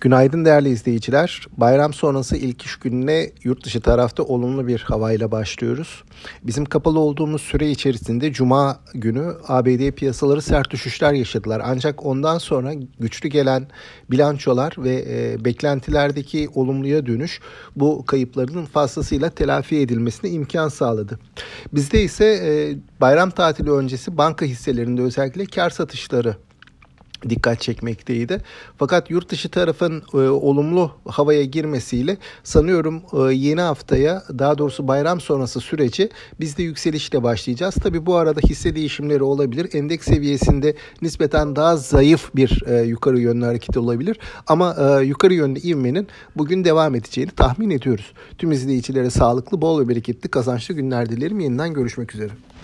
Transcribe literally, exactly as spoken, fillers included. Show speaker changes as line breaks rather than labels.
Günaydın değerli izleyiciler. Bayram sonrası ilk iş gününe yurt dışı tarafta olumlu bir havayla başlıyoruz. Bizim kapalı olduğumuz süre içerisinde Cuma günü A B D piyasaları sert düşüşler yaşadılar. Ancak ondan sonra güçlü gelen bilançolar ve e, beklentilerdeki olumluya dönüş bu kayıpların fazlasıyla telafi edilmesine imkan sağladı. Bizde ise e, bayram tatili öncesi banka hisselerinde özellikle kar satışları dikkat çekmekteydi. Fakat yurt dışı tarafın e, olumlu havaya girmesiyle sanıyorum e, yeni haftaya, daha doğrusu bayram sonrası süreci biz de yükselişle başlayacağız. Tabii bu arada hisse değişimleri olabilir. Endeks seviyesinde nispeten daha zayıf bir e, yukarı yönlü hareket olabilir. Ama e, yukarı yönlü ivmenin bugün devam edeceğini tahmin ediyoruz. Tüm izleyicilere sağlıklı, bol ve bereketli, kazançlı günler dilerim. Yeniden görüşmek üzere.